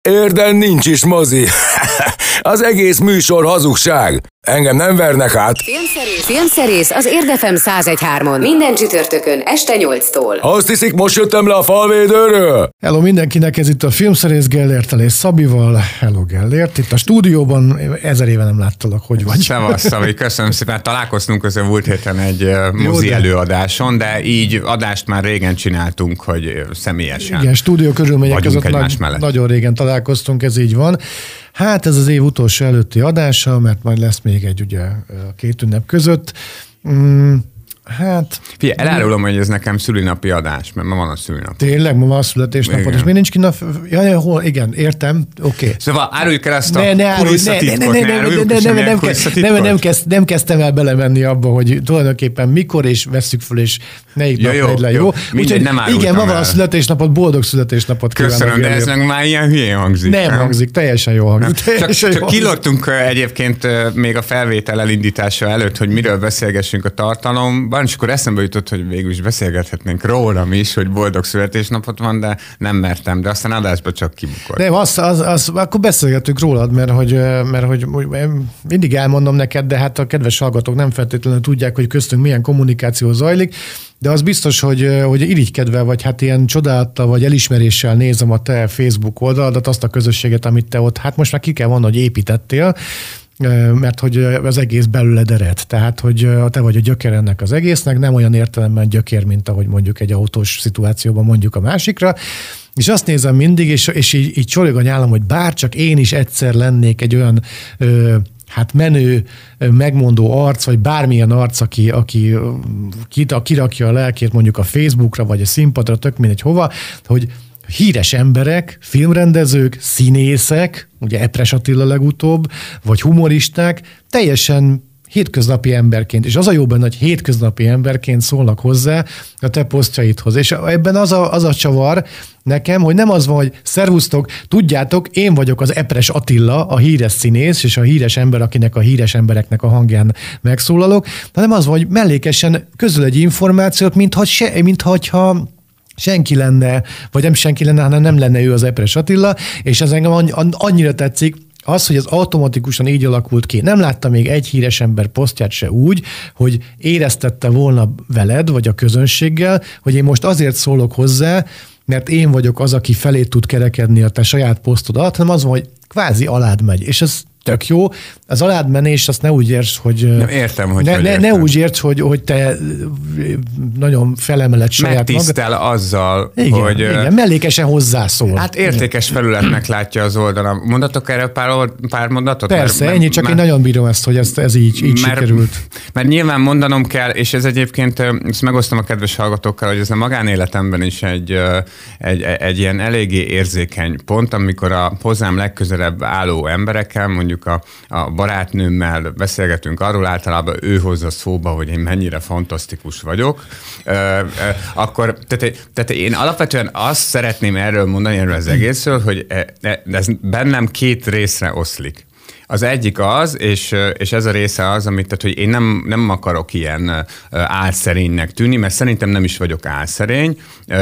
Érden nincs is mozi. Az egész műsor hazugság. Engem nem vernek át. Filmszerész az Érd FM 101.3-on. Minden csütörtökön este 8-tól. Azt hiszik, most jöttem le a falvédőről? Hello mindenkinek, ez itt a Filmszerész Gellerttel és Szabival. Hello Gellért, itt a stúdióban 1000 éve nem láttalak, hogy vagy. Szevasz, Szabi, köszönöm szépen. Találkoztunk közben múlt héten egy mozi előadáson, de így adást már régen csináltunk, hogy személyesen. Igen, stúdió körülmények között nagyon régen találkoztunk, ez így van. Hát ez az év utolsó előtti adása, mert majd lesz még egy ugye két ünnep között. Hát... Figyelj, elárulom, hogy ez nekem szülinapi adás, mert ma van a szülinap. Tényleg, ma van a születésnapod, és miért nincs ki nap... Ja, hol? Igen, értem, oké. Okay. Szóval áruljuk el azt a kulisszatitkot, nem kezdtem el belemenni abba, hogy tulajdonképpen mikor, és vesszük föl, és melyik nap megy le, jó? Mindegy, nem árultam. Igen, ma van a születésnapod, boldog születésnapot kívánok. Köszönöm, de ez meg már ilyen hülyén hangzik. Nem hangzik, teljesen jól hangzik. Csak kilottunk egyébként még a felvétel elindítása előtt, hogy miről beszélgessünk a tartalomban, és akkor eszembe jutott, hogy végül is beszélgethetnénk rólam is, hogy boldog születésnapot van, de nem mertem, de aztán adásba csak kibukott. Nem, akkor beszélgetünk rólad, mert hogy mindig elmondom neked, de hát a kedves hallgatók nem feltétlenül tudják, hogy köztünk milyen kommunikáció zajlik, de az biztos, hogy irigykedve, vagy hát ilyen csodálattal, vagy elismeréssel nézem a te Facebook oldaladat, azt a közösséget, amit te ott, hát most már ki kell mondani, hogy építettél, mert hogy az egész belőled ered. Tehát, hogy te vagy a gyökér ennek az egésznek, nem olyan értelemben gyökér, mint ahogy mondjuk egy autós szituációban mondjuk a másikra. És azt nézem mindig, és így csorog a nyálam, hogy bárcsak én is egyszer lennék egy olyan hát menő, megmondó arc, vagy bármilyen arc, aki kirakja a lelkét mondjuk a Facebookra, vagy a színpadra, tök mindegy hova, hogy híres emberek, filmrendezők, színészek, ugye Epres Attila legutóbb, vagy humoristák, teljesen hétköznapi emberként, és az a jó benne, hogy hétköznapi emberként szólnak hozzá a te posztjaidhoz. És ebben az a csavar nekem, hogy nem az van, hogy szervusztok, tudjátok, én vagyok az Epres Attila, a híres színész, és a híres ember, akinek a híres embereknek a hangján megszólalok, hanem az van, hogy mellékesen közöl egy információt, mintha senki lenne, vagy nem senki lenne, hanem nem lenne ő az Epres Attila, és ez engem annyira tetszik, az, hogy ez automatikusan így alakult ki. Nem láttam még egy híres ember posztját se úgy, hogy éreztette volna veled, vagy a közönséggel, hogy én most azért szólok hozzá, mert én vagyok az, aki felé tud kerekedni a te saját posztod alatt, hanem az van, hogy kvázi alád megy. És ez tök jó. Az alád menés, azt ne úgy érts, hogy... Nem értem, hogy ne úgy érts, hogy te nagyon felemeled saját magad. Megtisztel azzal, igen, hogy... Igen, mellékesen hozzászól. Hát értékes felületnek látja az oldalam. Mondatok erről pár mondatot? Persze, ennyi, csak én nagyon bírom ezt, hogy ez így sikerült. Mert nyilván mondanom kell, és ez egyébként, ezt megosztom a kedves hallgatókkal, hogy ez a magánéletemben is egy ilyen eléggé érzékeny pont, amikor a hozzám legközelebb álló emberekkel, mondjuk a barátnőmmel beszélgetünk arról, általában ő hozza szóba, hogy én mennyire fantasztikus vagyok. Akkor, tehát én alapvetően azt szeretném erről mondani, erről az egészről, hogy ez bennem két részre oszlik. Az egyik az, és ez a része az, tehát, hogy én nem akarok ilyen álszerénynek tűnni, mert szerintem nem is vagyok álszerény,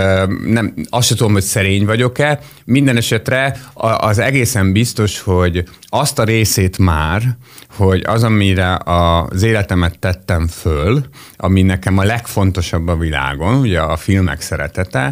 azt sem tudom, hogy szerény vagyok-e. Minden esetre az egészen biztos, hogy azt a részét már, hogy az, amire az életemet tettem föl, ami nekem a legfontosabb a világon, ugye a filmek szeretete,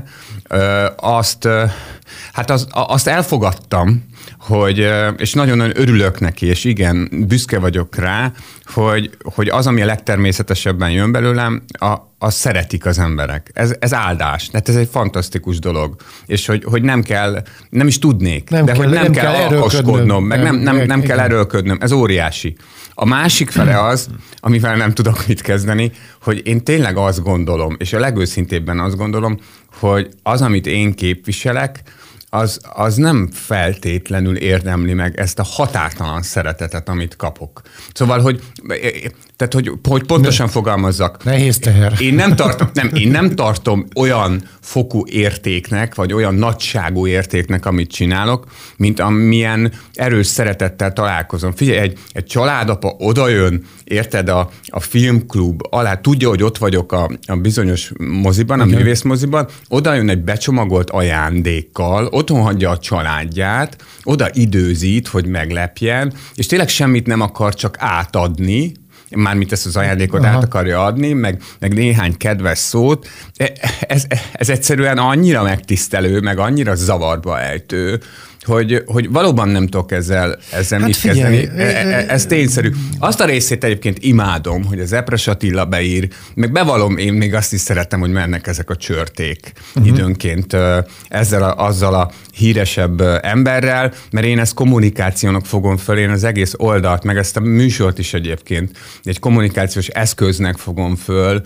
azt elfogadtam, és nagyon-nagyon örülök neki, és igen, büszke vagyok rá, hogy az, ami a legtermészetesebben jön belőlem, azt szeretik az emberek. Ez áldás. Hát ez egy fantasztikus dolog. És hogy nem is tudnék, nem kell alkoskodnom, meg nem kell erőlködnöm. Ez óriási. A másik fele az, amivel nem tudok mit kezdeni, hogy én tényleg azt gondolom, és a legőszintébben azt gondolom, hogy az, amit én képviselek, az nem feltétlenül érdemli meg ezt a határtalan szeretetet, amit kapok. Szóval, hogy pontosan fogalmazzak. Nehéz teher. Én nem tartom olyan fokú értéknek, vagy olyan nagyságú értéknek, amit csinálok, mint amilyen erős szeretettel találkozom. Figyelj, egy családapa odajön, érted, a filmklub alá, tudja, hogy ott vagyok a bizonyos moziban, a művészmoziban, odajön egy becsomagolt ajándékkal, otthon hagyja a családját, oda időzít, hogy meglepjen, és tényleg semmit nem akar csak átadni, mármint ezt az ajándékot át akarja adni, meg néhány kedves szót. Ez egyszerűen annyira megtisztelő, meg annyira zavarba ejtő, hogy valóban nem tudok ezzel mit kezdeni. Ez tényszerű. Azt a részét egyébként imádom, hogy az Epres Attila beír, meg bevallom, én még azt is szeretem, hogy mennek ezek a csörték időnként azzal a híresebb emberrel, mert én ezt kommunikációnak fogom föl, én az egész oldalt, meg ezt a műsort is egyébként egy kommunikációs eszköznek fogom föl,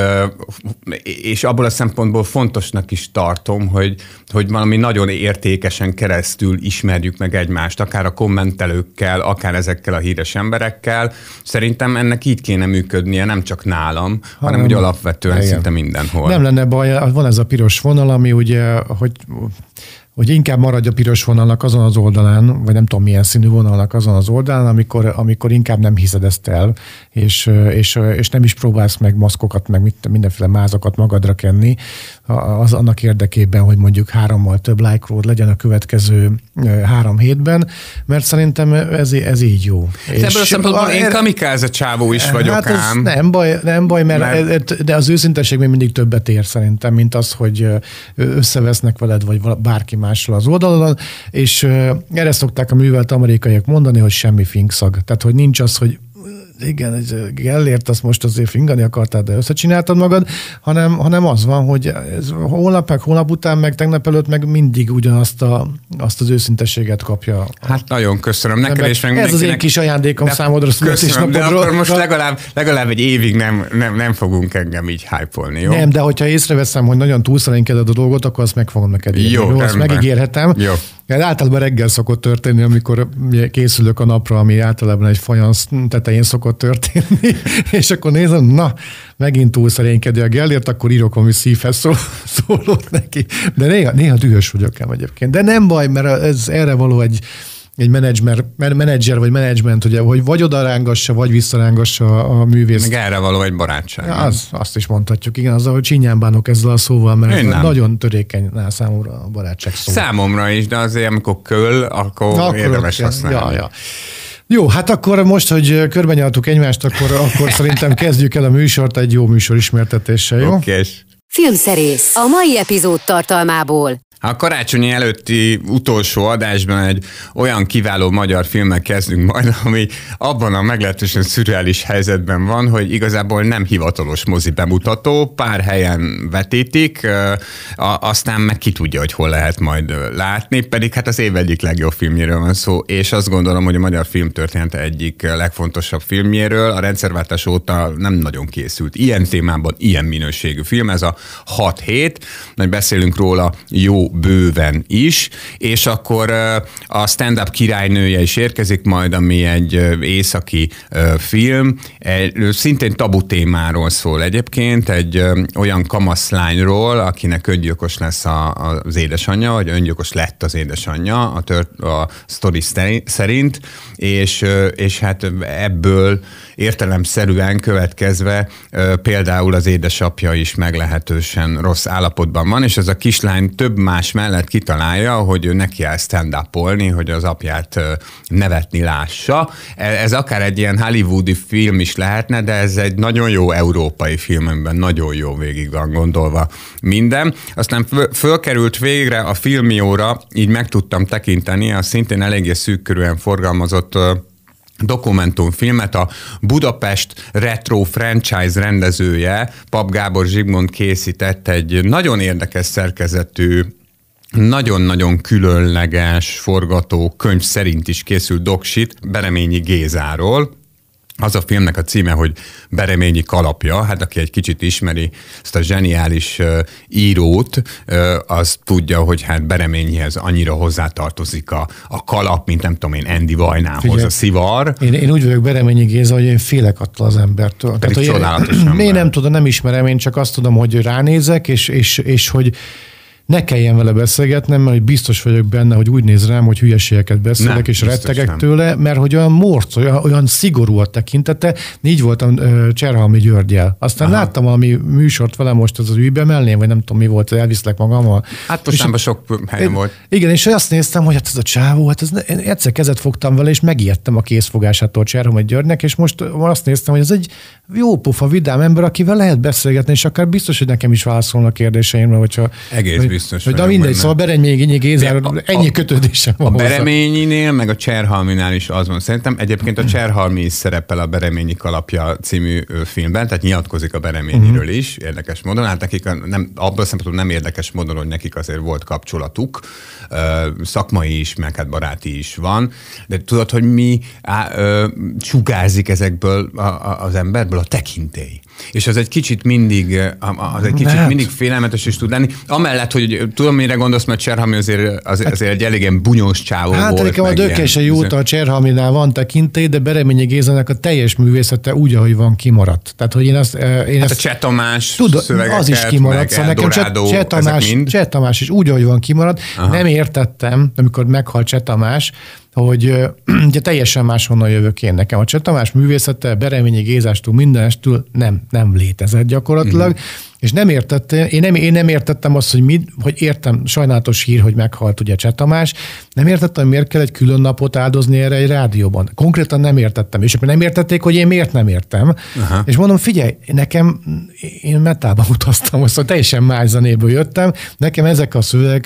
és abból a szempontból fontosnak is tartom, hogy valami nagyon értékesen keresztül ismerjük meg egymást, akár a kommentelőkkel, akár ezekkel a híres emberekkel. Szerintem ennek így kéne működnie, nem csak nálam, hanem úgy alapvetően szinte mindenhol. Nem lenne baj, van ez a piros vonal, ami ugye, hogy inkább maradj a piros vonalnak azon az oldalán, vagy nem tudom milyen színű vonalnak azon az oldalán, amikor inkább nem hiszed ezt el, és nem is próbálsz meg maszkokat, meg mindenféle mázakat magadra kenni, az annak érdekében, hogy mondjuk 3-mal több like-ród legyen a következő 3 hétben, mert szerintem ez így jó. Ebből a szempontból én kamikáze csávó is vagyok hát ám. Nem baj, mert de az őszintesség még mindig többet ér szerintem, mint az, hogy összevesznek veled, vagy bárki mással az oldalon, és erre szokták a művelt amerikaiak mondani, hogy semmi finkszag. Tehát, hogy nincs az, hogy igen, Gellért azt most azért fingani akartál, de összecsináltad magad, hanem az van, hogy holnap után, meg tegnap előtt meg mindig ugyanazt az őszintességet kapja. Hát nagyon köszönöm neked, és meg ez az én kis ajándékom számodra születésnapodról. De akkor most legalább egy évig nem fogunk engem így hype-olni, jó? Nem, de hogyha észreveszem, hogy nagyon túlszerénykeded a dolgot, akkor azt meg fogom neked írni. Jó, azt megígérhetem. Jó. Általában reggel szokott történni, amikor készülök a napra, ami általában egy fajansz tetején szokott történni, és akkor nézem, na, megint túl szerénykedő a Gellért, akkor írok valami szívhez szólót neki. De néha dühös vagyok ám egyébként. De nem baj, mert ez erre való egy menedzser vagy menedzsment, ugye, hogy vagy odarángassa, vagy visszarángassa a művész. Meg erre való egy barátság. Ja, azt is mondhatjuk, igen, azzal, hogy csinyán bánok ezzel a szóval, mert nagyon törékeny számomra a barátság szó. Számomra is, de azért amikor akkor érdemes használni. Ja. Jó, hát akkor most, hogy körbenyaltuk egymást, akkor szerintem kezdjük el a műsort egy jó műsor ismertetéssel, jó? Okay. Filmszerész. A mai epizód tartalmából. A karácsonyi előtti utolsó adásban egy olyan kiváló magyar filmmel kezdünk majd, ami abban a meglehetősen szürreális helyzetben van, hogy igazából nem hivatalos mozi bemutató, pár helyen vetítik, aztán meg ki tudja, hogy hol lehet majd látni, pedig hát az év egyik legjobb filmjéről van szó, és azt gondolom, hogy a magyar filmtörténet egyik legfontosabb filmjéről, a rendszerváltás óta nem nagyon készült ilyen témában, ilyen minőségű film, ez a 6-7, majd beszélünk róla jó bőven is, és akkor a stand-up királynője is érkezik majd, ami egy északi film, szintén tabu témáról szól egyébként, egy olyan kamaszlányról, akinek öngyilkos lesz az édesanyja, vagy öngyilkos lett az édesanyja a sztori szerint, és hát ebből értelemszerűen következve például az édesapja is meglehetősen rossz állapotban van, és ez a kislány több más mellett kitalálja, hogy ő neki áll stand-upolni, hogy az apját nevetni lássa. Ez akár egy ilyen hollywoodi film is lehetne, de ez egy nagyon jó európai film, amiben nagyon jó végig van gondolva minden. Aztán fölkerült végre a Filmióra, így meg tudtam tekinteni, a szintén eléggé szűkkörűen forgalmazott dokumentumfilmet, a Budapest Retro franchise rendezője, Pap Gábor Zsigmond készített egy nagyon érdekes szerkezetű, nagyon-nagyon különleges forgatókönyv szerint is készült doksit Bereményi Gézáról. Az a filmnek a címe, hogy Bereményi kalapja, hát aki egy kicsit ismeri ezt a zseniális írót, az tudja, hogy hát Bereményihez annyira hozzátartozik a kalap, mint nem tudom én, Andy Vajnához. Figyelj, a szivar. Én úgy vagyok Bereményi Géza, hogy én félek attól az embertől. Pedig csodálatos ember. Én nem tudom, nem ismerem, én csak azt tudom, hogy ránézek, és hogy ne kelljen vele beszélgetnem, mert biztos vagyok benne, hogy úgy néz rám, hogy hülyeségeket beszélek, és rettegek tőle, mert hogy olyan morc, olyan szigorú a tekintete. Így voltam Cserhalmi Györgyel. Aztán láttam valami műsort vele most az ügybe mellé, vagy nem tudom mi volt, elviszlek magammal. Hát mostanában sok helyen volt. Igen, és azt néztem, hogy hát ez a csávó, hát én egyszer kezet fogtam vele, és megijedtem a készfogásától Cserhalmi Györgynek, és most azt néztem, hogy ez egy jó pofa, vidám ember, akivel lehet beszélgetni, és akár biztos, hogy nekem is válaszolnak kérdéseimre, hogyha... Egész biztos. De mindegy, szóval Bereményi Gézáról ennyi kötődésem van. A Bereményinél, meg a Cserhalminál is az van. Szerintem egyébként a Cserhalmi is szerepel a Bereményi kalapja című filmben, tehát nyilatkozik a Bereményiről is, érdekes módon. Hát nekik abban a szempontból nem érdekes módon, hogy nekik azért volt kapcsolatuk, szakmai is, meg hát baráti is van, de tudod, hogy mi sugárzik ezekből az emberből? A tekintély. És az egy kicsit mindig, mindig félelmetes is tud lenni. Amellett, hogy tudom, mire gondolsz, mert Cserhalmi azért egy elégen bunyós csávó volt. Hát nekem a Dökese Jóta a Cserhalminál van tekintély, de Bereményi Gézának a teljes művészete úgy, ahogy van, kimaradt. Tehát, hogy a Cseh Tamás szövegeket, az is kimaradt. Szóval nekem Cseh Tamás is úgy, ahogy van, kimaradt. Aha. Nem értettem, amikor meghalt Cseh Tamás, hogy ugye teljesen máshonnan jövök én. Nekem a Cseh Tamás művészete, Bereményi Gézástól, mindenestől nem létezett gyakorlatilag, és nem értettem, én nem értettem azt, hogy értem, sajnálatos hír, hogy meghalt ugye Cseh Tamás, nem értettem, miért kell egy külön napot áldozni erre egy rádióban. Konkrétan nem értettem, és nem értették, hogy én miért nem értem. Aha. És mondom, figyelj, én metába utaztam, azt teljesen más zenéből jöttem, nekem ezek a szövegek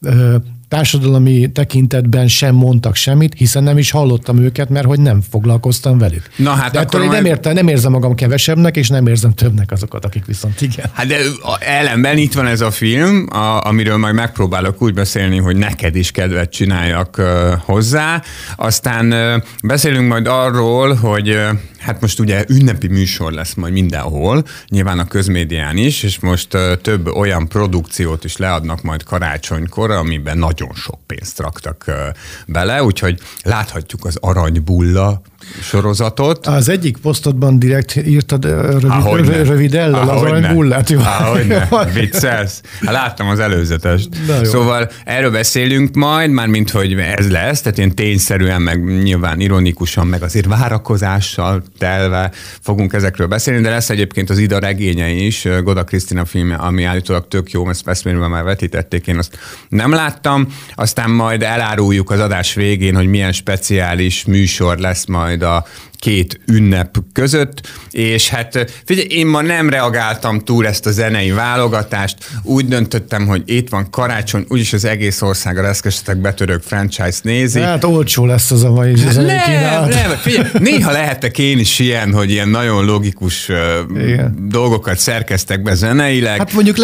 társadalmi tekintetben sem mondtak semmit, hiszen nem is hallottam őket, mert hogy nem foglalkoztam velük. Na hát de akkor nem érzem magam kevesebbnek, és nem érzem többnek azokat, akik viszont igen. Hát de ellenben itt van ez a film, amiről majd megpróbálok úgy beszélni, hogy neked is kedvet csináljak hozzá. Aztán beszélünk majd arról, hogy hát most ugye ünnepi műsor lesz majd mindenhol, nyilván a közmédián is, és most több olyan produkciót is leadnak majd karácsonykor, amiben nagyon sok pénzt raktak bele, úgyhogy láthatjuk az Aranybulla sorozatot. Az egyik posztodban direkt írtad rövidellel az Aranybullát. Ahogyne, viccelsz. Láttam az előzetest. Szóval erről beszélünk majd, mármint, hogy ez lesz, tehát én tényszerűen, meg nyilván ironikusan, meg azért várakozással telve fogunk ezekről beszélni, de lesz egyébként az Ida regénye is, Goda Krisztina filmje, ami állítólag tök jó, ezt Veszprémben már vetítették, én azt nem láttam, aztán majd eláruljuk az adás végén, hogy milyen speciális műsor lesz majd a két ünnep között, és hát figyelj, én ma nem reagáltam túl ezt a zenei válogatást, úgy döntöttem, hogy itt van karácsony, úgyis az egész ország a Reszkesetek Betörők franchise nézi. Hát olcsó lesz az a mai zenei kínálat. Nem, figyelj, néha lehetek én is ilyen, hogy ilyen nagyon logikus dolgokat szerkeztek be zeneileg. Hát mondjuk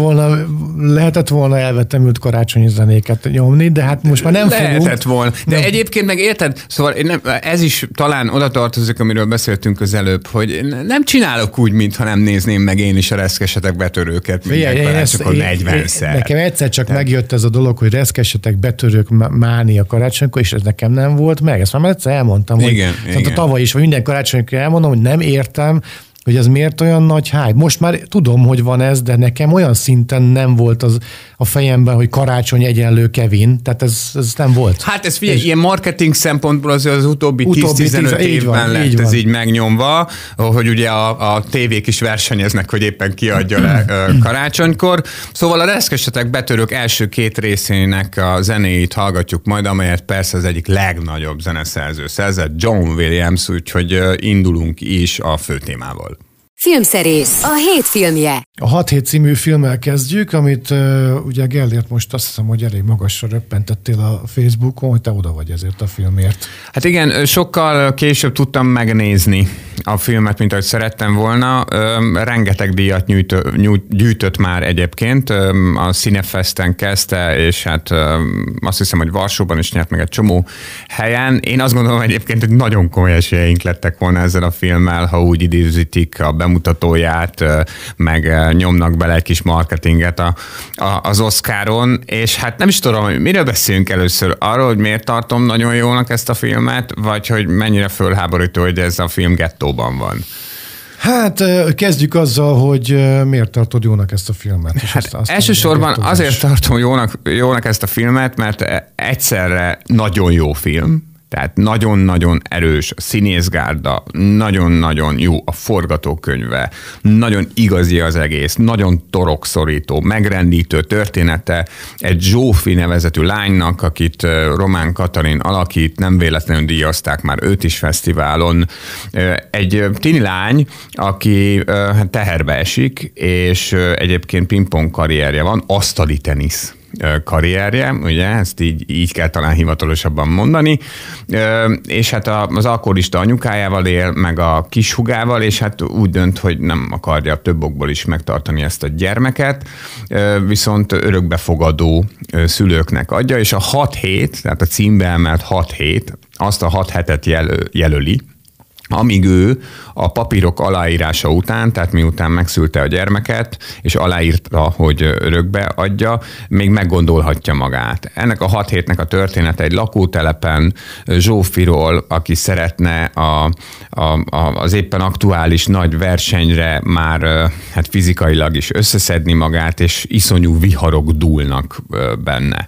lehetett volna elvetemült karácsonyi zenéket nyomni, de hát most már nem fogunk. Lehetett volna. De egyébként meg érted, szóval ez is talán oda tartozik, amiről beszéltünk az előbb, hogy nem csinálok úgy, mintha nem nézném meg én is a Reszkesetek Betörőket minden karácsonykor 40-szer. Nekem egyszer csak megjött ez a dolog, hogy Reszkesetek Betörők mánia karácsonykor, és ez nekem nem volt meg. Ezt már egyszer elmondtam, igen. A tavaly is, vagy minden karácsonykor elmondom, hogy nem értem, hogy ez miért olyan nagy hype. Most már tudom, hogy van ez, de nekem olyan szinten nem volt az a fejemben, hogy karácsony egyenlő Kevin, tehát ez nem volt. Hát ez figyelj, ilyen marketing szempontból az utóbbi 10-15 évben lett ez így megnyomva, hogy ugye a tévék is versenyeznek, hogy éppen kiadja le karácsonykor. Szóval a Reszkesetek Betörők első két részének a zenéit hallgatjuk majd, amelyet persze az egyik legnagyobb zeneszerző szerzett, John Williams, úgyhogy indulunk is a főtémával. Filmszerész, a hét filmje. A 6 hét című filmmel kezdjük, amit ugye Gellért most azt hiszem, hogy elég magasra röppentettél a Facebookon, hogy te oda vagy ezért a filmért. Hát igen, sokkal később tudtam megnézni a filmet, mint ahogy szerettem volna. Rengeteg díjat gyűjtött már egyébként. A Cinefesten kezdte, és hát azt hiszem, hogy Varsóban is nyert meg egy csomó helyen. Én azt gondolom egyébként, hogy nagyon komoly esélyeink lettek volna ezzel a filmmel, ha úgy időzítik a bemutatóját, meg nyomnak bele egy kis marketinget az Oscaron, és hát nem is tudom, hogy miről beszélünk először, arról, hogy miért tartom nagyon jónak ezt a filmet, vagy hogy mennyire fölháborító, hogy ez a film gettóban van. Hát kezdjük azzal, hogy miért tartod jónak ezt a filmet. Hát elsősorban azért tartom jónak ezt a filmet, mert egyszerre nagyon jó film, tehát nagyon-nagyon erős a színészgárda, nagyon-nagyon jó a forgatókönyve, nagyon igazi az egész, nagyon torokszorító, megrendítő története egy Zsófi nevezetű lánynak, akit Román Katalin alakít, nem véletlenül díjazták már őt is fesztiválon. Egy tini lány, aki teherbe esik, és egyébként pingpong karrierje van, asztali tenisz karrierje, ugye, ezt így kell talán hivatalosabban mondani, és hát az alkoholista anyukájával él, meg a kishugával, és hát úgy dönt, hogy nem akarja több okból is megtartani ezt a gyermeket, viszont örökbefogadó szülőknek adja, és a 6 hét, tehát a címbe emelt 6 hét, azt a 6 hetet jelöli, amíg ő a papírok aláírása után, tehát miután megszülte a gyermeket, és aláírta, hogy örökbe adja, még meggondolhatja magát. Ennek a 6 hétnek a története egy lakótelepen Zsófiról, aki szeretne az éppen aktuális nagy versenyre már hát fizikailag is összeszedni magát, és iszonyú viharok dúlnak benne.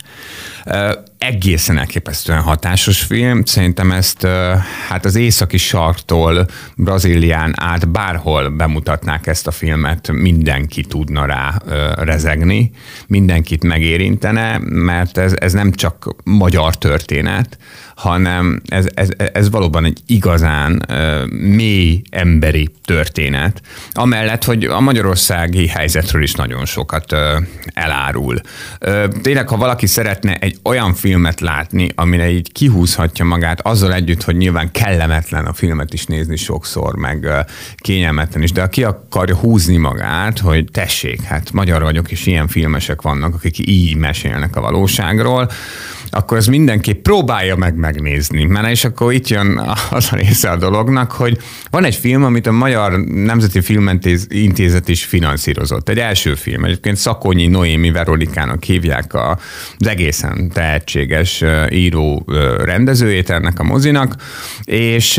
Egészen elképesztően hatásos film. Szerintem ezt hát az északi sarktól Brazílián át bárhol bemutatnák ezt a filmet, mindenki tudna rá rezegni, mindenkit megérintene, mert ez nem csak magyar történet, hanem ez valóban egy igazán mély emberi történet. Amellett, hogy a magyarországi helyzetről is nagyon sokat elárul. Tényleg, ha valaki szeretne egy olyan filmet látni, amire így kihúzhatja magát, azzal együtt, hogy nyilván kellemetlen a filmet is nézni sokszor, meg kényelmetlen is, de aki akarja húzni magát, hogy tessék, hát magyar vagyok, és ilyen filmesek vannak, akik így mesélnek a valóságról, akkor az mindenképp próbálja megnézni. Mert és akkor itt jön az a része a dolognak, hogy van egy film, amit a Magyar Nemzeti Filmintézet is finanszírozott. Egy első film. Egyébként Szakonyi Noémi Veronikának hívják az egészen tehetséges író rendezőjét ennek a mozinak, és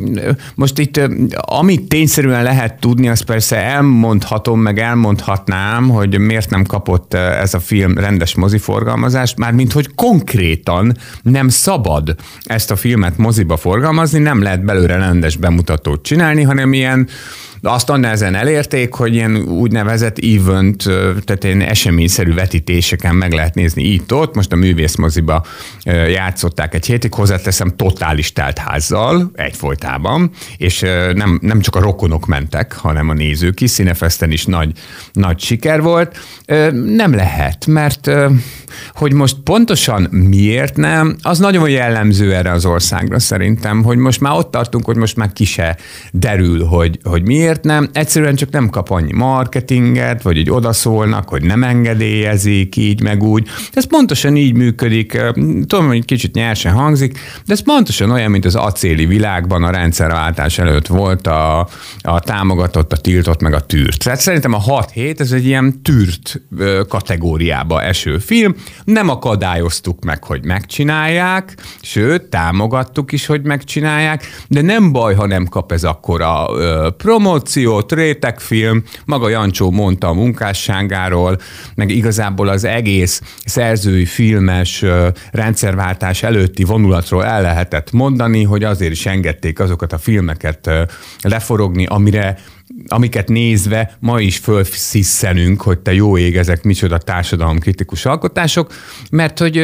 most itt amit tényszerűen lehet tudni, azt persze elmondhatom, meg elmondhatnám, hogy miért nem kapott ez a film rendes moziforgalmazást, mármint hogy konkrétan nem szabad ezt a filmet moziba forgalmazni, nem lehet belőle rendes bemutatót csinálni, hanem ilyen azt annál ezen elérték, hogy ilyen úgynevezett event, tehát ilyen eseményszerű vetítéseken meg lehet nézni itt-ott. Most a művészmoziba játszották egy hétig, hozzáteszem totális teltházzal egyfolytában, és nem csak a rokonok mentek, hanem a nézők is. Cinefesten is nagy siker volt. Nem lehet, mert hogy most pontosan miért nem, az nagyon jellemző erre az országra szerintem, hogy most már ott tartunk, hogy most már ki se derül, hogy miért nem. Egyszerűen csak nem kap annyi marketinget, vagy így odaszólnak, hogy nem engedélyezik, így meg úgy. Ez pontosan így működik. Tudom, hogy kicsit nyersen hangzik, de ez pontosan olyan, mint az acéli világban a rendszerváltás előtt volt a támogatott, a tiltott, meg a tűrt. Tehát szerintem a 6 hét, ez egy ilyen tűrt kategóriába eső film. Nem akadályoztuk meg, hogy megcsinálják, sőt, támogattuk is, hogy megcsinálják, de nem baj, ha nem kap ez akkora promóciót, rétegfilm, maga Jancsó mondta a munkásságáról, meg igazából az egész szerzői filmes rendszerváltás előtti vonulatról el lehetett mondani, hogy azért is engedték azokat a filmeket leforogni, amiket nézve ma is fölszisszenünk, hogy te jó ég, ezek micsoda társadalomkritikus alkotások, mert hogy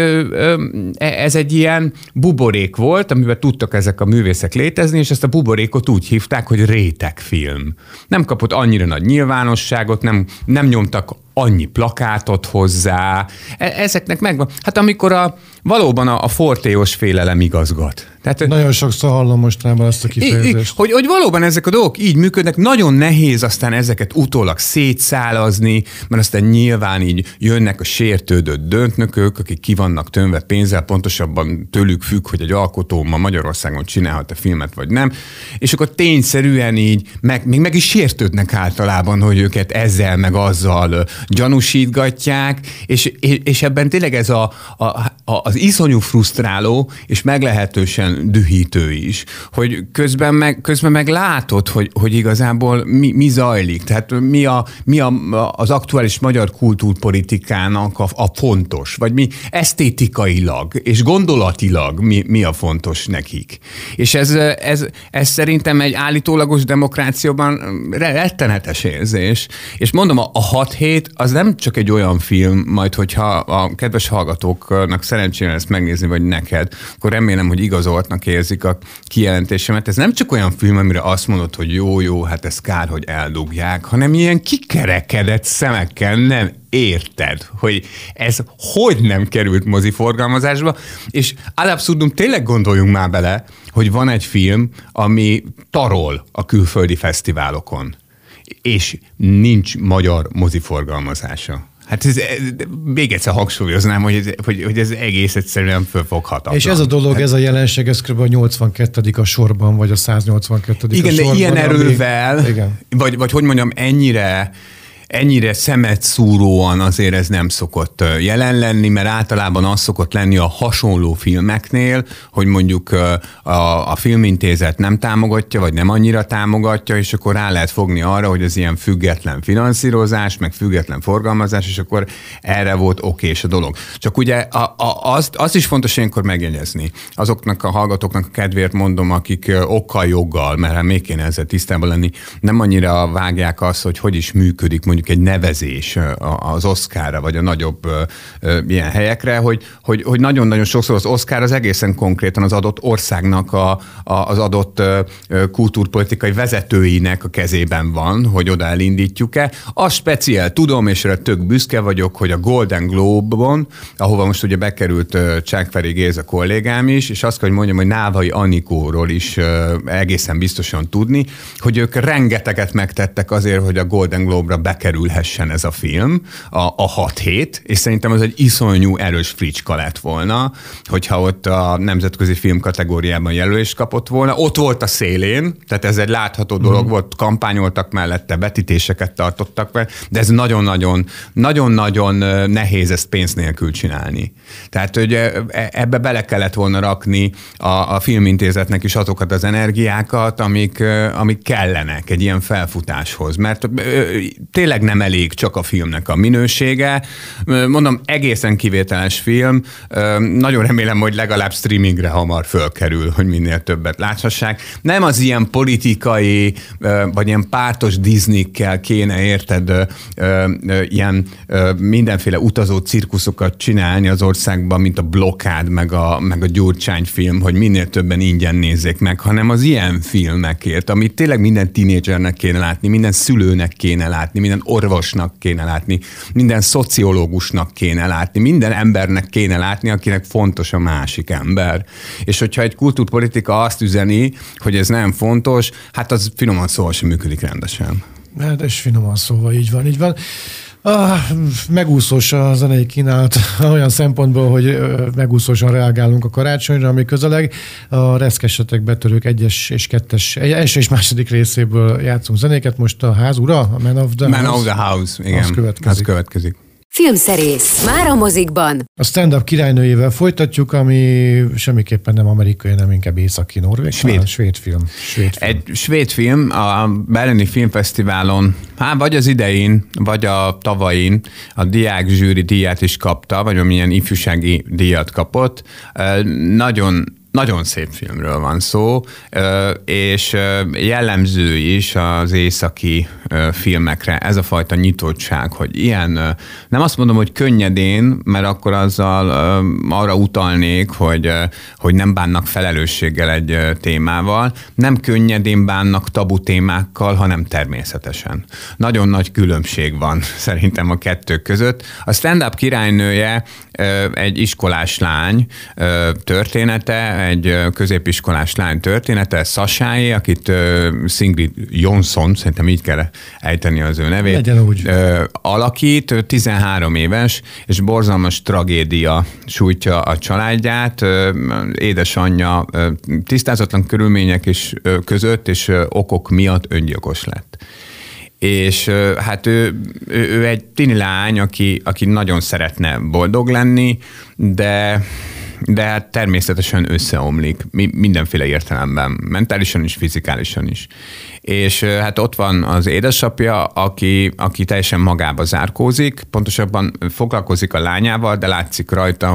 ez egy ilyen buborék volt, amiben tudtak ezek a művészek létezni, és ezt a buborékot úgy hívták, hogy rétegfilm. Nem kapott annyira nagy nyilvánosságot, nem nyomtak annyi plakátot hozzá, ezeknek megvan. Hát amikor valóban a fortéos félelem igazgat. Tehát, nagyon sokszor hallom mostanában ezt a kifejezést. Hogy valóban ezek a dolgok így működnek, nagyon nehéz aztán ezeket utólag szétszálazni, mert aztán nyilván így jönnek a sértődött döntnökök, akik ki vannak tömve pénzzel, pontosabban tőlük függ, hogy egy alkotó ma Magyarországon csinálhat-e filmet, vagy nem, és akkor tényszerűen így még meg is sértődnek általában, hogy őket ezzel meg azzal gyanúsítgatják, és ebben tényleg ez az iszonyú frusztráló, és meglehetősen dühítő is, hogy közben meg látod, hogy igazából mi zajlik, tehát mi az aktuális magyar kultúrpolitikának a fontos, vagy mi esztétikailag és gondolatilag mi a fontos nekik. És ez szerintem egy állítólagos demokrációban rettenetes érzés. És mondom, a 6 hét az nem csak egy olyan film, majd hogyha a kedves hallgatóknak szerencsére ezt megnézni, vagy neked, akkor remélem, hogy igazoltnak érzik a kijelentésemet. Ez nem csak olyan film, amire azt mondod, hogy jó, hát ez kár, hogy eldugják, hanem ilyen kikerekedett szemekkel nem érted, hogy ez hogy nem került moziforgalmazásba, és ad abszurdum tényleg gondoljunk már bele, hogy van egy film, ami tarol a külföldi fesztiválokon, és nincs magyar moziforgalmazása. Hát még egyszer hangsúlyoznám, hogy ez egész egyszerűen fölfoghatatlan. És ez a dolog, ez a jelenség, ez kb. A 82. a sorban, vagy a 182. Igen, a sorban. Igen, de ilyen erővel, vagy hogy mondjam, ennyire szemetszúróan azért ez nem szokott jelen lenni, mert általában az szokott lenni a hasonló filmeknél, hogy mondjuk a Filmintézet nem támogatja, vagy nem annyira támogatja, és akkor rá lehet fogni arra, hogy az ilyen független finanszírozás, meg független forgalmazás, és akkor erre volt okés a dolog. Csak ugye azt is fontos ilyenkor megjegyezni. Azoknak a hallgatóknak a kedvéért mondom, akik okkal, joggal, mert még kéne ezzel tisztában lenni, nem annyira vágják azt, hogy is működik mondjuk egy nevezés az Oscarra, vagy a nagyobb ilyen helyekre, hogy nagyon-nagyon sokszor az Oscar az egészen konkrétan az adott országnak az adott kultúrpolitikai vezetőinek a kezében van, hogy oda elindítjuk-e. Azt speciál tudom, és erre tök büszke vagyok, hogy a Golden Globe-on, ahova most ugye bekerült Csákferi Géza kollégám is, és azt kell, hogy mondjam, hogy Návai Anikóról is egészen biztosan tudni, hogy ők rengeteget megtettek azért, hogy a Golden Globe-ra bekerülhessen ez a film, a 6 hét, és szerintem az egy iszonyú erős fricska lett volna, hogyha ott a nemzetközi film kategóriában jelölést kapott volna. Ott volt a szélén, tehát ez egy látható dolog volt, kampányoltak mellette, betítéseket tartottak vele, de ez nagyon-nagyon nehéz ezt pénz nélkül csinálni. Tehát, hogy ebbe bele kellett volna rakni a Filmintézetnek is azokat az energiákat, amik kellenek egy ilyen felfutáshoz, mert tényleg nem elég csak a filmnek a minősége. Mondom, egészen kivételes film. Nagyon remélem, hogy legalább streamingre hamar fölkerül, hogy minél többet láthassák. Nem az ilyen politikai, vagy ilyen pártos Disney-kkel kéne, érted, ilyen mindenféle utazó cirkuszokat csinálni az országban, mint a Blokkád, meg a Gyurcsány film, hogy minél többen ingyen nézzék meg, hanem az ilyen filmekért, amit tényleg minden tínédzsernek kéne látni, minden szülőnek kéne látni, minden orvosnak kéne látni, minden szociológusnak kéne látni, minden embernek kéne látni, akinek fontos a másik ember. És hogyha egy kultúrpolitika azt üzeni, hogy ez nem fontos, hát az finoman szóval sem működik rendesen. Hát és finoman szóval így van. Megúszós a zenei kínálat olyan szempontból, hogy megúszósan reagálunk a karácsonyra, ami közeleg. A Reszkesetek Betörők 1-es és 2-es, első és második részéből játszunk zenéket. Most a ház ura, a Man of the House. Igen. Az következik. Filmszerész. Már a mozikban. A stand-up királynőjével folytatjuk, ami semmiképpen nem amerikai, nem inkább északi norvég. Svéd film. Egy svéd film a Berlini Filmfesztiválon, vagy az idején, vagy a tavain a diák zsűri díját is kapta, vagy amilyen ifjúsági díjat kapott. Nagyon szép filmről van szó, és jellemző is az északi filmekre ez a fajta nyitottság, hogy ilyen, nem azt mondom, hogy könnyedén, mert akkor azzal arra utalnék, hogy nem bánnak felelősséggel egy témával, nem könnyedén bánnak tabu témákkal, hanem természetesen. Nagyon nagy különbség van szerintem a kettő között. A stand-up királynője egy iskolás lány története, egy középiskolás lány története, Sasáé, akit Sigrid Jonsson, szerintem így kell ejteni az ő nevét, alakít, 13 éves, és borzalmas tragédia sújtja a családját, édesanyja tisztázatlan körülmények között és okok miatt öngyilkos lett. és hát ő egy tini lány, aki nagyon szeretne boldog lenni, de hát természetesen összeomlik mindenféle értelemben, mentálisan is, fizikálisan is. És hát ott van az édesapja, aki teljesen magába zárkózik, pontosabban foglalkozik a lányával, de látszik rajta,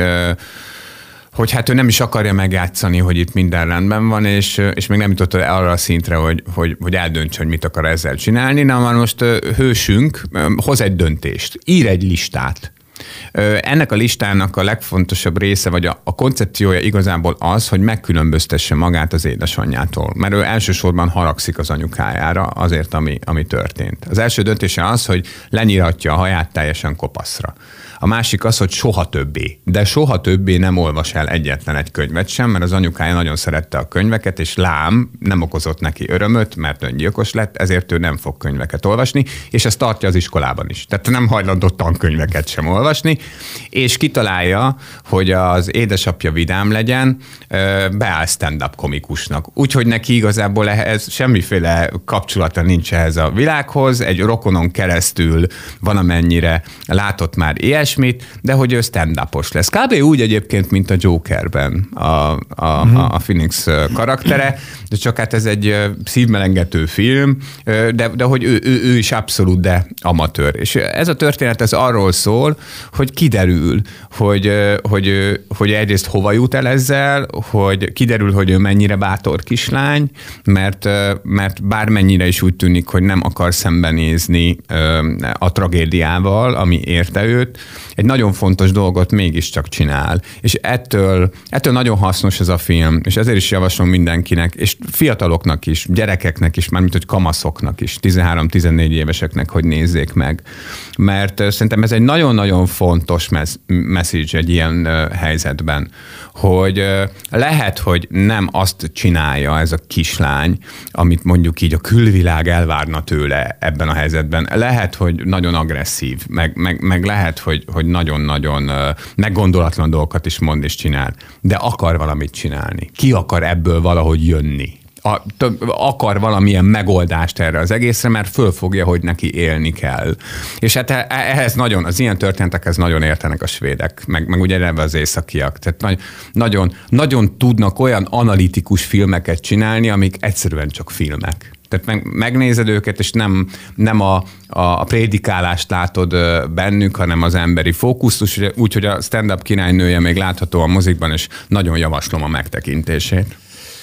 hogy hát ő nem is akarja megjátszani, hogy itt minden rendben van, és még nem jutott arra a szintre, hogy eldöntse, hogy mit akar ezzel csinálni. Na, már most hősünk hoz egy döntést, ír egy listát. Ennek a listának a legfontosabb része, vagy a koncepciója igazából az, hogy megkülönböztesse magát az édesanyjától. Mert ő elsősorban haragszik az anyukájára azért, ami történt. Az első döntése az, hogy lenyíratja a haját teljesen kopaszra. A másik az, hogy soha többé nem olvas el egyetlen egy könyvet sem, mert az anyukája nagyon szerette a könyveket, és lám nem okozott neki örömöt, mert öngyilkos lett, ezért ő nem fog könyveket olvasni, és ezt tartja az iskolában is. Tehát nem hajlandó tankönyveket sem olvasni, és kitalálja, hogy az édesapja vidám legyen, beáll stand-up komikusnak. Úgyhogy neki igazából ehhez semmiféle kapcsolata nincs ehhez a világhoz, egy rokonon keresztül valamennyire látott már ilyesmit, de hogy ő stand-upos lesz. Kb. Úgy egyébként, mint a Jokerben a Phoenix karaktere, de csak hát ez egy szívmelengető film, de hogy ő is abszolút amatőr. És ez a történet ez arról szól, hogy kiderül, hogy egyrészt hova jut el ezzel, hogy kiderül, hogy ő mennyire bátor kislány, mert bármennyire is úgy tűnik, hogy nem akar szembenézni a tragédiával, ami érte őt, egy nagyon fontos dolgot mégiscsak csinál. És ettől nagyon hasznos ez a film, és ezért is javaslom mindenkinek, és fiataloknak is, gyerekeknek is, mármint hogy kamaszoknak is, 13-14 éveseknek, hogy nézzék meg. Mert szerintem ez egy nagyon-nagyon fontos message egy ilyen helyzetben, hogy lehet, hogy nem azt csinálja ez a kislány, amit mondjuk így a külvilág elvárna tőle ebben a helyzetben. Lehet, hogy nagyon agresszív, meg lehet, hogy nagyon-nagyon meggondolatlan dolgokat is mond és csinál, de akar valamit csinálni. Ki akar ebből valahogy jönni? Akar valamilyen megoldást erre az egészre, mert fölfogja, hogy neki élni kell. És hát ehhez az ilyen történetekhez nagyon értenek a svédek, meg ugye ebben az északiak. Tehát nagyon tudnak olyan analitikus filmeket csinálni, amik egyszerűen csak filmek. Tehát megnézed őket, és nem a prédikálást látod bennük, hanem az emberi fókuszt, úgyhogy a stand-up királynője még látható a mozikban, és nagyon javaslom a megtekintését.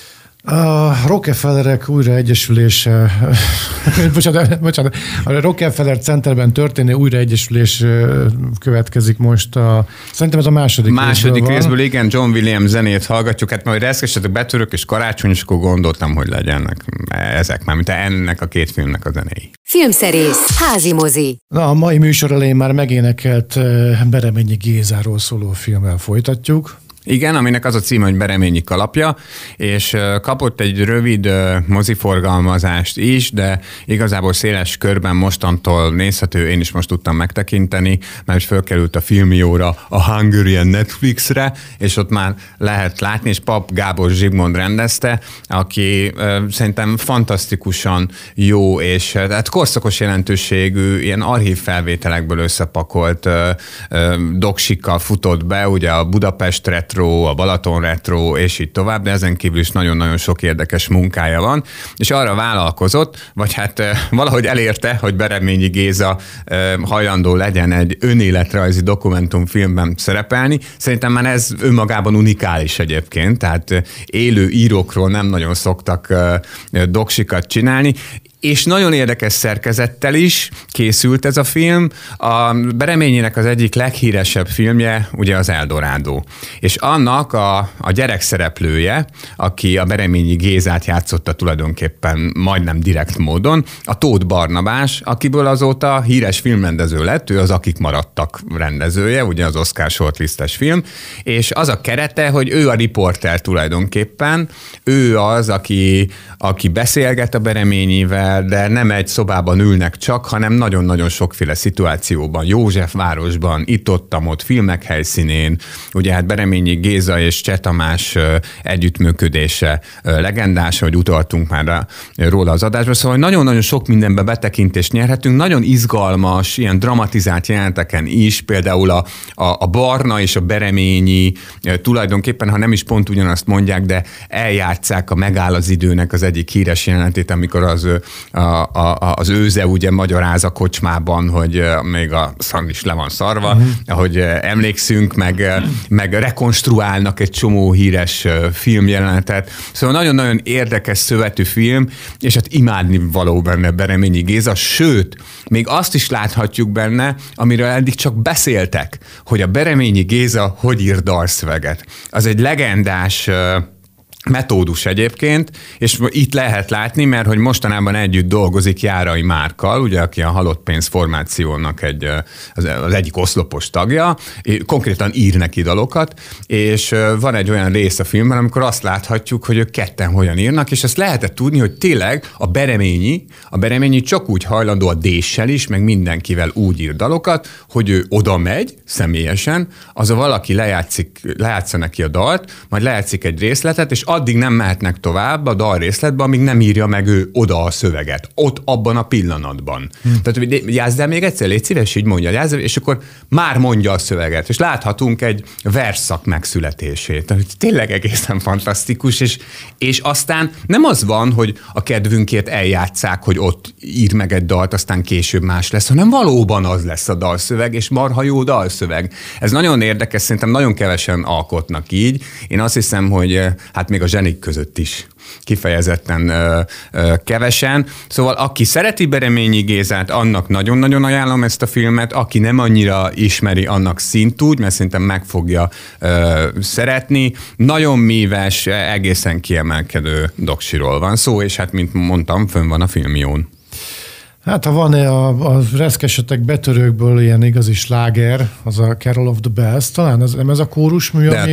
A Rockefellerek újraegyesülése, bocsánat, a Rockefeller Centerben történő újraegyesülés következik most. Szerintem ez a második részből, igen, John Williams zenét hallgatjuk, hát majd reszkesetek Betörök és Karácsony, és akkor gondoltam, hogy legyenek ezek már, mint ennek a két filmnek a zenéi. Filmszerész, házi mozi. Na, a mai műsor elején már megénekelt Bereményi Gézáról szóló filmmel folytatjuk. Igen, aminek az a címe, hogy Bereményi kalapja, és kapott egy rövid moziforgalmazást is, de igazából széles körben mostantól nézhető, én is most tudtam megtekinteni, mert fölkerült a Filmióra, a Hungarian Netflixre, és ott már lehet látni, és Pap Gábor Zsigmond rendezte, aki szerintem fantasztikusan jó, és hát korszakos jelentőségű, ilyen archív felvételekből összepakolt doksikkal futott be, ugye a Budapest Retro, a Balaton Retro, és így tovább, de ezen kívül is nagyon-nagyon sok érdekes munkája van, és arra vállalkozott, vagy hát valahogy elérte, hogy Bereményi Géza hajlandó legyen egy önéletrajzi dokumentumfilmben szerepelni. Szerintem már ez önmagában unikális egyébként, tehát élő írókról nem nagyon szoktak doksikat csinálni, és nagyon érdekes szerkezettel is készült ez a film. A Bereményinek az egyik leghíresebb filmje ugye az Eldorádó. És annak a gyerekszereplője, aki a Bereményi Gézát játszotta tulajdonképpen majdnem direkt módon, a Tóth Barnabás, akiből azóta híres filmrendező lett, ő az Akik maradtak rendezője, ugye az Oscar shortlistes film, és az a kerete, hogy ő a riporter tulajdonképpen, ő az, aki beszélget a Bereményivel, de nem egy szobában ülnek csak, hanem nagyon-nagyon sokféle szituációban, Józsefvárosban, itt-ott, filmek helyszínén, ugye hát Bereményi Géza és Cseh Tamás együttműködése legendás, hogy utaltunk már róla az adásba, szóval nagyon-nagyon sok mindenbe betekintést nyerhetünk, nagyon izgalmas, ilyen dramatizált jeleneteken is, például a Barna és a Bereményi tulajdonképpen, ha nem is pont ugyanazt mondják, de eljátsszák a Megáll az időnek az egyik híres jelenetét, amikor az őze ugye magyaráz a kocsmában, hogy még a szar is le van szarva, ahogy emlékszünk, meg rekonstruálnak egy csomó híres filmjelenetet. Szóval nagyon-nagyon érdekes szövetű film, és hát imádni való benne Bereményi Géza, sőt, még azt is láthatjuk benne, amiről eddig csak beszéltek, hogy a Bereményi Géza hogy ír dalszöveget. Az egy legendás metódus egyébként, és itt lehet látni, mert hogy mostanában együtt dolgozik Járai Márkkal, ugye, aki a Halott Pénz formációnak az egyik oszlopos tagja, konkrétan ír neki dalokat, és van egy olyan rész a filmben, amikor azt láthatjuk, hogy ők ketten hogyan írnak, és ezt lehetett tudni, hogy tényleg a Bereményi csak úgy hajlandó a Déssel is, meg mindenkivel úgy ír dalokat, hogy ő oda megy személyesen, az a valaki lejátsza neki a dalt, majd lejátszik egy részletet, és addig nem mehetnek tovább a dal részletbe, amíg nem írja meg ő oda a szöveget. Ott abban a pillanatban. Tehát, hogy játszd el még egyszer, légy szíves, így mondja, játszd el, és akkor már mondja a szöveget. És láthatunk egy versszak megszületését. Tehát tényleg egészen fantasztikus, és aztán nem az van, hogy a kedvünkért eljátsszák, hogy ott ír meg egy dalt, aztán később más lesz, hanem valóban az lesz a dalszöveg, és marha jó dalszöveg. Ez nagyon érdekes, szerintem nagyon kevesen alkotnak így. Én azt hiszem, hogy hát még a zsenik között is kifejezetten kevesen. Szóval aki szereti Bereményi Gézát, annak nagyon-nagyon ajánlom ezt a filmet, aki nem annyira ismeri, annak szintúgy, mert szerintem meg fogja szeretni. Nagyon míves, egészen kiemelkedő doksiról van szó, és hát, mint mondtam, fönn van a Filmión. Hát ha van a reszkesetek betörőkből ilyen igazi sláger, az a Carol of the Bells, talán nem ez a kórusmű, ami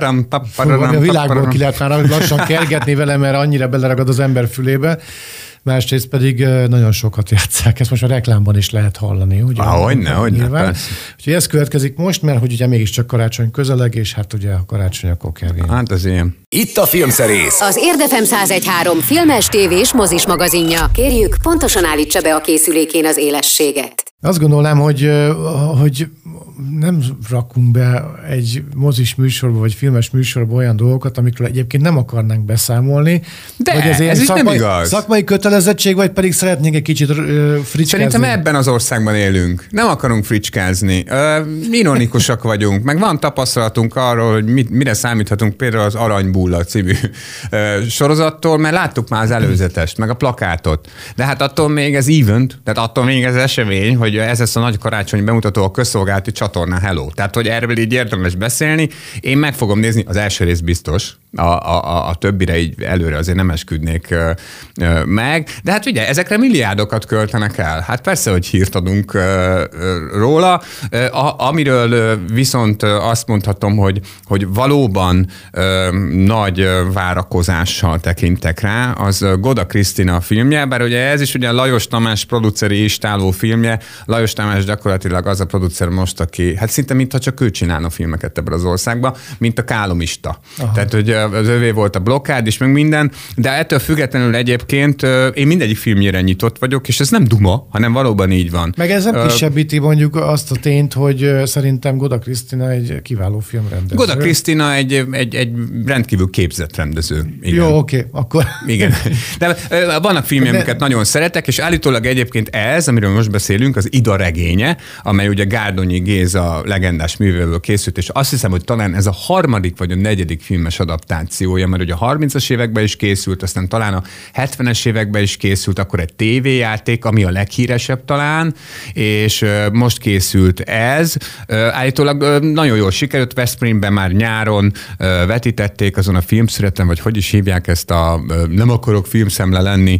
a világból ki lehet már lassan kergetni vele, mert annyira beleragad az ember fülébe. Másrészt pedig nagyon sokat játsszák, ezt most a reklámban is lehet hallani. Hogyne. Úgyhogy ez következik most, mert hogy ugye mégiscsak karácsony közeleg, és hát ugye a karácsony akkor kell vinni. Hát az ilyen. Itt a Filmszerész. Az Érdefem 101.3 filmes, tévés, mozis magazinja. Kérjük, pontosan állítsa be a készülékén az élességet. Azt gondolnám, hogy nem rakunk be egy mozis műsorba, vagy filmes műsorba olyan dolgokat, amikről egyébként nem akarnánk beszámolni. De vagy ez is nem igaz. Szakmai kötelezettség, vagy pedig szeretnénk egy kicsit fricskázni. Szerintem ebben az országban élünk. Nem akarunk fricskázni. Ironikusak vagyunk, meg van tapasztalatunk arról, hogy mire számíthatunk például az Aranybulla című sorozattól, mert láttuk már az előzetest, meg a plakátot. De hát attól még ez event, tehát attól még ez esemény, hogy ez lesz a nagy karácsony bemutató a közszolgálati csatornán, hello. Tehát, hogy erről így érdemes beszélni. Én meg fogom nézni, az első rész biztos, a többire így előre azért nem esküdnék meg. De hát ugye, ezekre milliárdokat költenek el. Hát persze, hogy hírt adunk róla. Amiről viszont azt mondhatom, hogy valóban nagy várakozással tekintek rá, az Goda Krisztina filmje, bár ugye ez is ugye Lajos Tamás produceri istáló filmje. Lajos Tamás gyakorlatilag az a producer most, aki, hát szinte mintha csak ő csinálna filmeket ebben az országban, mint a Kálomista. Aha. Tehát, hogy az övé volt a blokkád is, meg minden, de ettől függetlenül egyébként én mindegyik filmjére nyitott vagyok, és ez nem duma, hanem valóban így van. Meg ez nem kisebbíti mondjuk azt a tényt, hogy szerintem Goda Krisztina egy kiváló filmrendező. Goda Krisztina egy rendkívül képzett rendező. Igen. Jó, oké, akkor. Igen. De vannak filmjeim, amiket nagyon szeretek, és állítólag egyébként ez, amiről most beszélünk, az Ida regénye, amely ugye Gárdonyi Géza legendás művéből készült, és azt hiszem, hogy talán ez a harmadik vagy a negyedik filmes adaptációja, mert ugye a 30-as években is készült, aztán talán a 70-es években is készült, akkor egy tévéjáték, ami a leghíresebb talán, és most készült ez. Állítólag nagyon jól sikerült, Veszprémben már nyáron vetítették azon a filmszüreten, vagy hogy is hívják ezt a nem akarok filmszemle lenni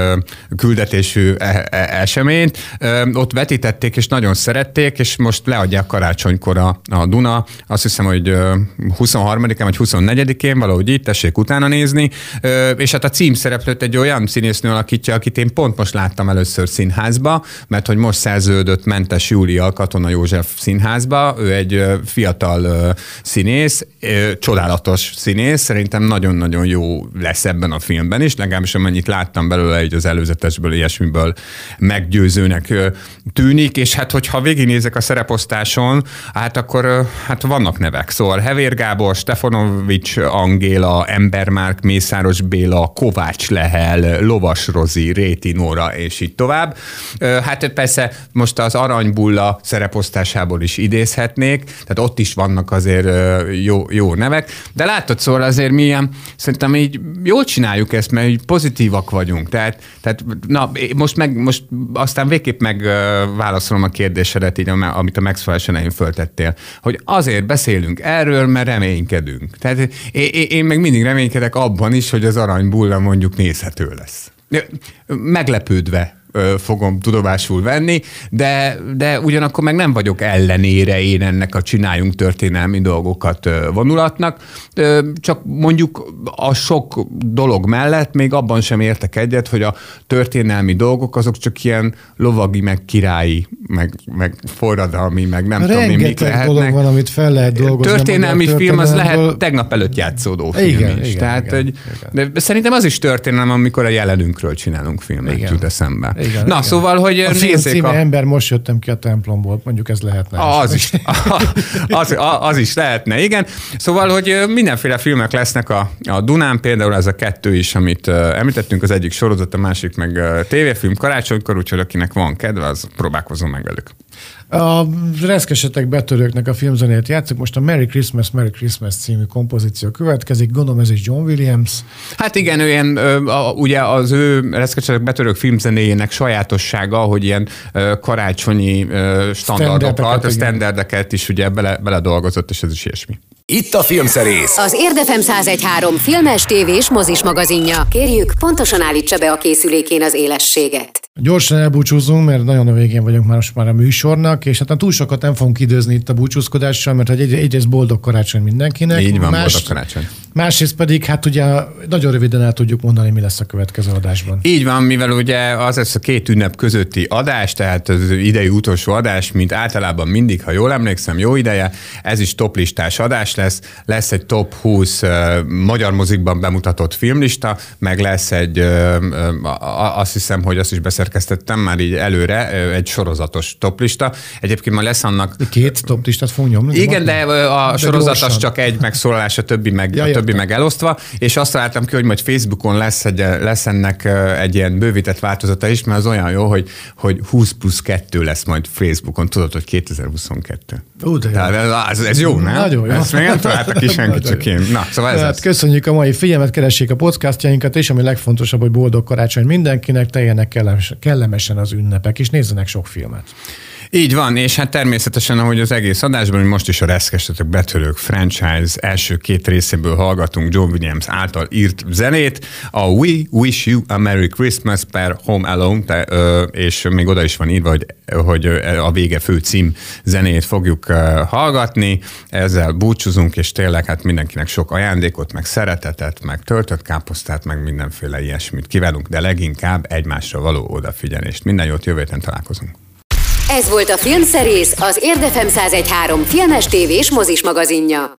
küldetésű eseményt. Ott vetítették, és nagyon szerették, és most leadják karácsonykor a Duna. Azt hiszem, hogy 23-án vagy 24-én 4-én, valahogy így, tessék utána nézni, és hát a címszereplőt egy olyan színésznő alakítja, akit én pont most láttam először színházba, mert hogy most szerződött Mentes Júlia a Katona József színházba, ő egy fiatal színész, csodálatos színész, szerintem nagyon-nagyon jó lesz ebben a filmben is, legalábbis amennyit láttam belőle, így az előzetesből, ilyesmiből meggyőzőnek tűnik, és hát hogyha végignézek a szereposztáson, hát akkor hát vannak nevek, szóval Hevér Gábor, Stefanovics Angéla, Embermárk, Mészáros Béla, Kovács Lehel, Lovas Rozi, Réti Nóra, és így tovább. Hát persze most az Aranybulla szereposztásából is idézhetnék, tehát ott is vannak azért jó nevek, de látod, szóval azért milyen, szerintem így jól csináljuk ezt, mert így pozitívak vagyunk, tehát na, most aztán végképp megválaszolom a kérdésedet, így, amit a megszólás elején föltettél, hogy azért beszélünk erről, mert reménykedünk. Tehát én meg mindig reménykedek abban is, hogy az Aranybulla mondjuk nézhető lesz. Meglepődve fogom tudomásul venni, de ugyanakkor meg nem vagyok ellenére én ennek a csináljunk történelmi dolgokat vonulatnak, csak mondjuk a sok dolog mellett még abban sem értek egyet, hogy a történelmi dolgok azok csak ilyen lovagi, meg királyi, meg forradalmi, meg nem tudom én mik lehetnek. Dolog van, amit fel lehet dolgozni. Történelmi film az lehet tegnap előtt játszódó film is. Tehát, de szerintem az is történelem, amikor a jelenünkről csinálunk filmet, jut eszembe. Igen, na, szóval, hogy a nézzék ember, most jöttem ki a templomból, mondjuk ez lehetne. Az is lehetne, igen. Szóval, hogy mindenféle filmek lesznek a Dunán, például ez a 2 is, amit említettünk, az egyik sorozat, a másik meg tévéfilm karácsonykor, úgyhogy akinek van kedve, az próbálkozom meg velük. A Reszkesetek betörőknek a filmzenét játszok, most a Merry Christmas című kompozíció következik, gondolom ez is John Williams. Hát igen, ugye az ő Reszkesetek betörők filmzenéjének sajátossága, hogy ilyen karácsonyi standardeket is ugye beledolgozott, és ez is ilyesmi. Itt a Filmszerész. Az Érdefem 101.3 filmes, tévés, mozis magazinja. Kérjük, pontosan állítsa be a készülékén az élességet. Gyorsan elbúcsúzunk, mert nagyon a végén vagyunk most már a műsornak, és hát túl sokat nem fogunk időzni itt a búcsúzkodással, mert hogy egyrészt boldog karácsony mindenkinek. Így van, boldog karácsony. Másrészt pedig hát ugye nagyon röviden el tudjuk mondani, mi lesz a következő adásban. Így van, mivel ugye az lesz a 2 ünnep közötti adás, tehát az idei utolsó adás, mint általában mindig, ha jól emlékszem, jó ideje, ez is toplistás adás lesz egy top 20 magyar mozikban bemutatott filmlista, meg lesz egy, azt hiszem, hogy azt is beszerkesztettem már így előre, egy sorozatos toplista. Egyébként már lesz annak... 2 toplistát fogunk nyomni? Igen, de a sorozat az csak egy megszólalás, a többi meg elosztva, és azt találtam ki, hogy majd Facebookon lesz ennek egy ilyen bővített változata is, mert az olyan jó, hogy 20+2 lesz majd Facebookon, tudod, hogy 2022. Ez jó, nem? Nagyon jó. Ezt még nem találtak ki senki, csak én. Na, szóval ez hát köszönjük a mai figyelmet, keressék a podcastjainkat, és ami legfontosabb, hogy boldog karácsony mindenkinek, teljenek kellemesen az ünnepek, és nézzenek sok filmet. Így van, és hát természetesen, ahogy az egész adásban, most is a Reszkesetek betörők franchise első 2 részéből hallgatunk John Williams által írt zenét, a We Wish You a Merry Christmas per Home Alone, és még oda is van írva, hogy a vége fő cím zenét fogjuk hallgatni, ezzel búcsúzunk, és tényleg hát mindenkinek sok ajándékot, meg szeretetet, meg töltött káposztát, meg mindenféle ilyesmit kívánunk, de leginkább egymásra való odafigyelést. Minden jót, jövő héten találkozunk. Ez volt a Filmszerész, az Érdefem 101.3 filmes, tévés, mozis magazinja.